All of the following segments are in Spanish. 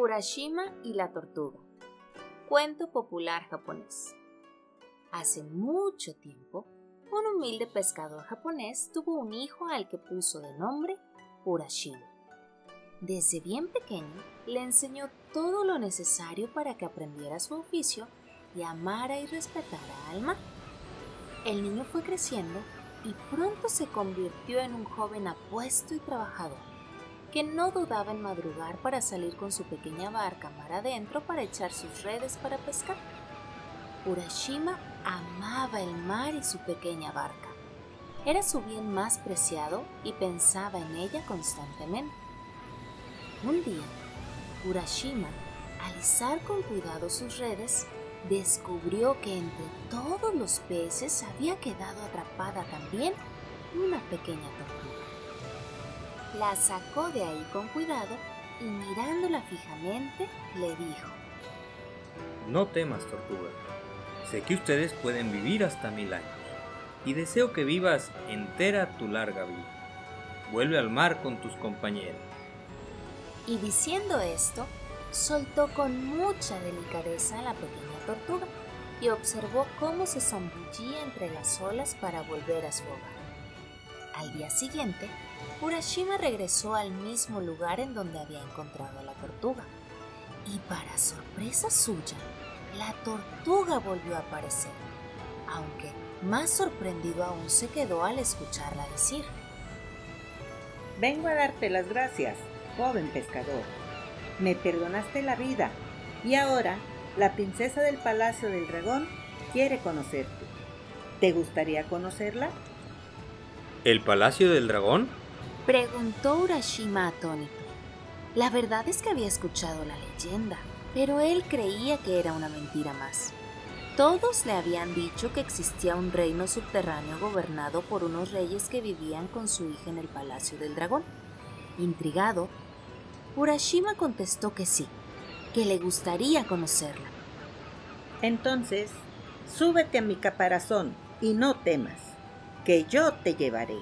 Urashima y la tortuga. Cuento popular japonés. Hace mucho tiempo, un humilde pescador japonés tuvo un hijo al que puso de nombre Urashima. Desde bien pequeño le enseñó todo lo necesario para que aprendiera su oficio y amara y respetara al mar. El niño fue creciendo y pronto se convirtió en un joven apuesto y trabajador, que no dudaba en madrugar para salir con su pequeña barca mar adentro para echar sus redes para pescar. Urashima amaba el mar y su pequeña barca. Era su bien más preciado y pensaba en ella constantemente. Un día, Urashima, al izar con cuidado sus redes, descubrió que entre todos los peces había quedado atrapada también una pequeña tortuga. La sacó de ahí con cuidado y mirándola fijamente le dijo: No temas, tortuga. Sé que ustedes pueden vivir hasta 1000 años y deseo que vivas entera tu larga vida. Vuelve al mar con tus compañeros. Y diciendo esto, soltó con mucha delicadeza a la pequeña tortuga y observó cómo se zambullía entre las olas para volver a su hogar. Al día siguiente, Urashima regresó al mismo lugar en donde había encontrado a la tortuga. Y para sorpresa suya, la tortuga volvió a aparecer, aunque más sorprendido aún se quedó al escucharla decir: Vengo a darte las gracias, joven pescador. Me perdonaste la vida y ahora la princesa del Palacio del Dragón quiere conocerte. ¿Te gustaría conocerla? ¿El Palacio del Dragón? Preguntó Urashima atónito. La verdad es que había escuchado la leyenda, pero él creía que era una mentira más. Todos le habían dicho que existía un reino subterráneo gobernado por unos reyes que vivían con su hija en el Palacio del Dragón. Intrigado, Urashima contestó que sí, que le gustaría conocerla. Entonces, súbete a mi caparazón y no temas, que yo te llevaré.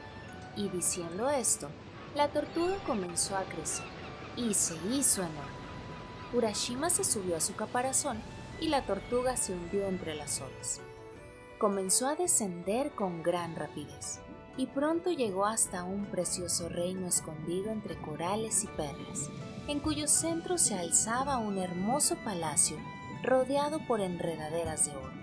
Y diciendo esto, la tortuga comenzó a crecer y se hizo enorme. Urashima se subió a su caparazón y la tortuga se hundió entre las olas. Comenzó a descender con gran rapidez y pronto llegó hasta un precioso reino escondido entre corales y perlas, en cuyo centro se alzaba un hermoso palacio rodeado por enredaderas de oro.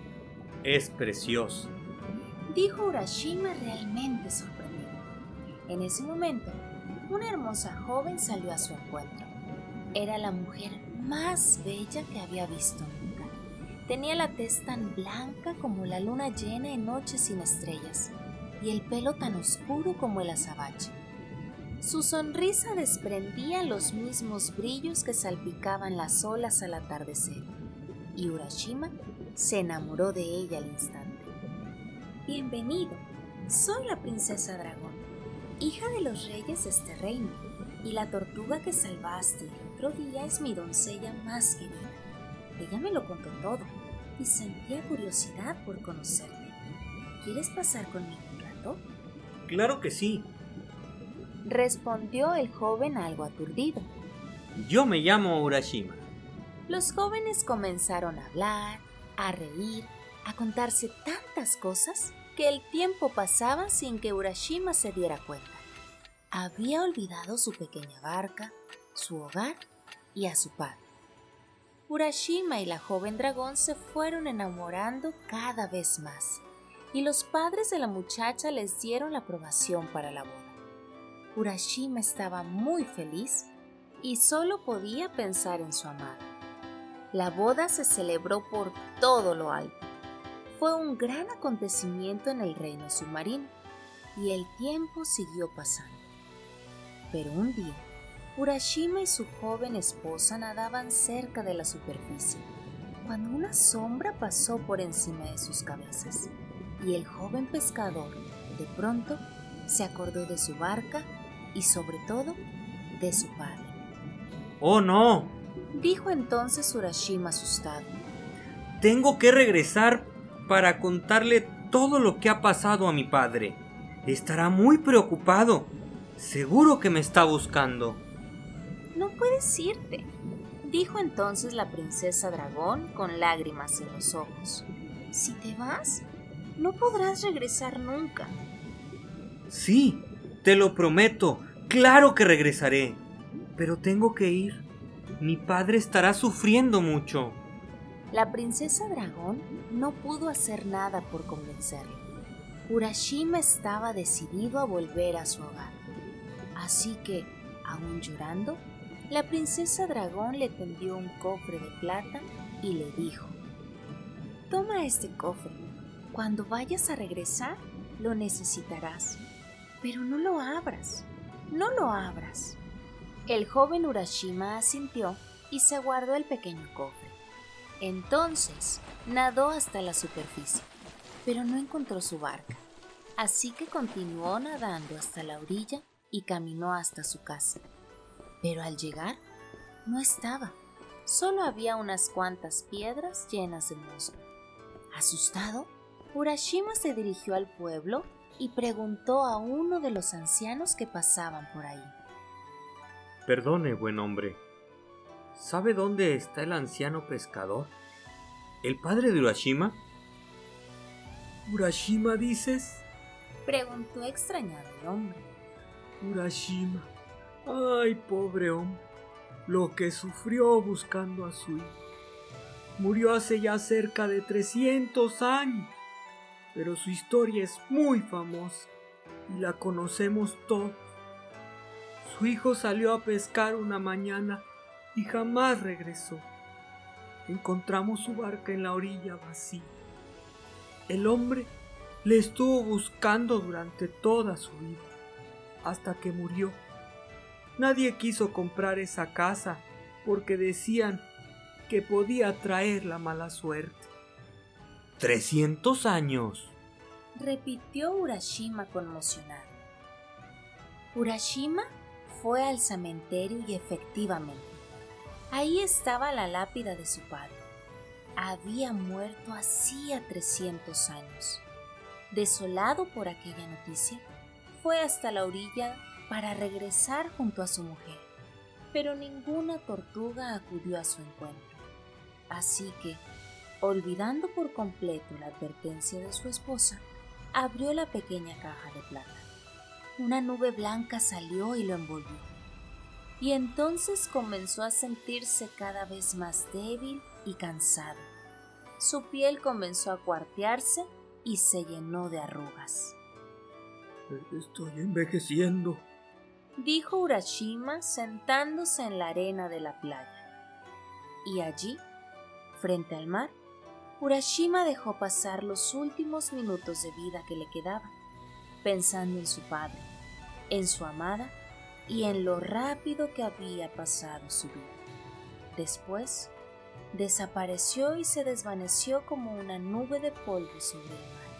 Es precioso, Dijo Urashima realmente sorprendido. En ese momento, una hermosa joven salió a su encuentro. Era la mujer más bella que había visto nunca. Tenía la tez tan blanca como la luna llena en noches sin estrellas y el pelo tan oscuro como el azabache. Su sonrisa desprendía los mismos brillos que salpicaban las olas al atardecer, y Urashima se enamoró de ella al instante. Bienvenido, soy la princesa Dragón, hija de los reyes de este reino, y la tortuga que salvaste el otro día es mi doncella más querida. Ella me lo contó todo y sentía curiosidad por conocerte. ¿Quieres pasar conmigo un rato? Claro que sí. Respondió el joven algo aturdido. Yo me llamo Urashima. Los jóvenes comenzaron a hablar, a reír, a contarse tantas cosas que el tiempo pasaba sin que Urashima se diera cuenta. Había olvidado su pequeña barca, su hogar y a su padre. Urashima y la joven dragón se fueron enamorando cada vez más, y los padres de la muchacha les dieron la aprobación para la boda. Urashima estaba muy feliz y solo podía pensar en su amada. La boda se celebró por todo lo alto. Fue un gran acontecimiento en el reino submarino y el tiempo siguió pasando. Pero un día, Urashima y su joven esposa nadaban cerca de la superficie, cuando una sombra pasó por encima de sus cabezas, y el joven pescador, de pronto, se acordó de su barca y sobre todo, de su padre. ¡Oh, no! Dijo entonces Urashima asustado. Tengo que regresar para contarle todo lo que ha pasado a mi padre. Estará muy preocupado. Seguro que me está buscando. No puedes irte, dijo entonces la princesa dragón con lágrimas en los ojos. Si te vas, no podrás regresar nunca. Sí, te lo prometo, claro que regresaré. Pero tengo que ir. Mi padre estará sufriendo mucho. La princesa dragón no pudo hacer nada por convencerlo. Urashima estaba decidido a volver a su hogar. Así que, aún llorando, la princesa dragón le tendió un cofre de plata y le dijo: Toma este cofre. Cuando vayas a regresar, lo necesitarás. Pero no lo abras, no lo abras. El joven Urashima asintió y se guardó el pequeño cofre. Entonces nadó hasta la superficie, pero no encontró su barca. Así que continuó nadando hasta la orilla y caminó hasta su casa. Pero al llegar, no estaba. Solo había unas cuantas piedras llenas de musgo. Asustado, Urashima se dirigió al pueblo y preguntó a uno de los ancianos que pasaban por ahí. Perdone, buen hombre. ¿Sabe dónde está el anciano pescador? ¿El padre de Urashima? ¿Urashima dices? Preguntó extrañado el hombre. Urashima. Ay, pobre hombre. Lo que sufrió buscando a su hijo. Murió hace ya cerca de 300 años. Pero su historia es muy famosa y la conocemos todos. Su hijo salió a pescar una mañana y jamás regresó. Encontramos su barca en la orilla vacía. El hombre le estuvo buscando durante toda su vida, hasta que murió. Nadie quiso comprar esa casa porque decían que podía traer la mala suerte. ¡300 años! Repitió Urashima conmocionado. Urashima fue al cementerio y efectivamente, ahí estaba la lápida de su padre. Había muerto hacía 300 años. Desolado por aquella noticia, fue hasta la orilla para regresar junto a su mujer, pero ninguna tortuga acudió a su encuentro. Así que, olvidando por completo la advertencia de su esposa, abrió la pequeña caja de plata. Una nube blanca salió y lo envolvió. Y entonces comenzó a sentirse cada vez más débil y cansado. Su piel comenzó a cuartearse y se llenó de arrugas. Estoy envejeciendo, dijo Urashima sentándose en la arena de la playa. Y allí, frente al mar, Urashima dejó pasar los últimos minutos de vida que le quedaban, pensando en su padre, en su amada y en lo rápido que había pasado su vida. Después, desapareció y se desvaneció como una nube de polvo sobre el mar.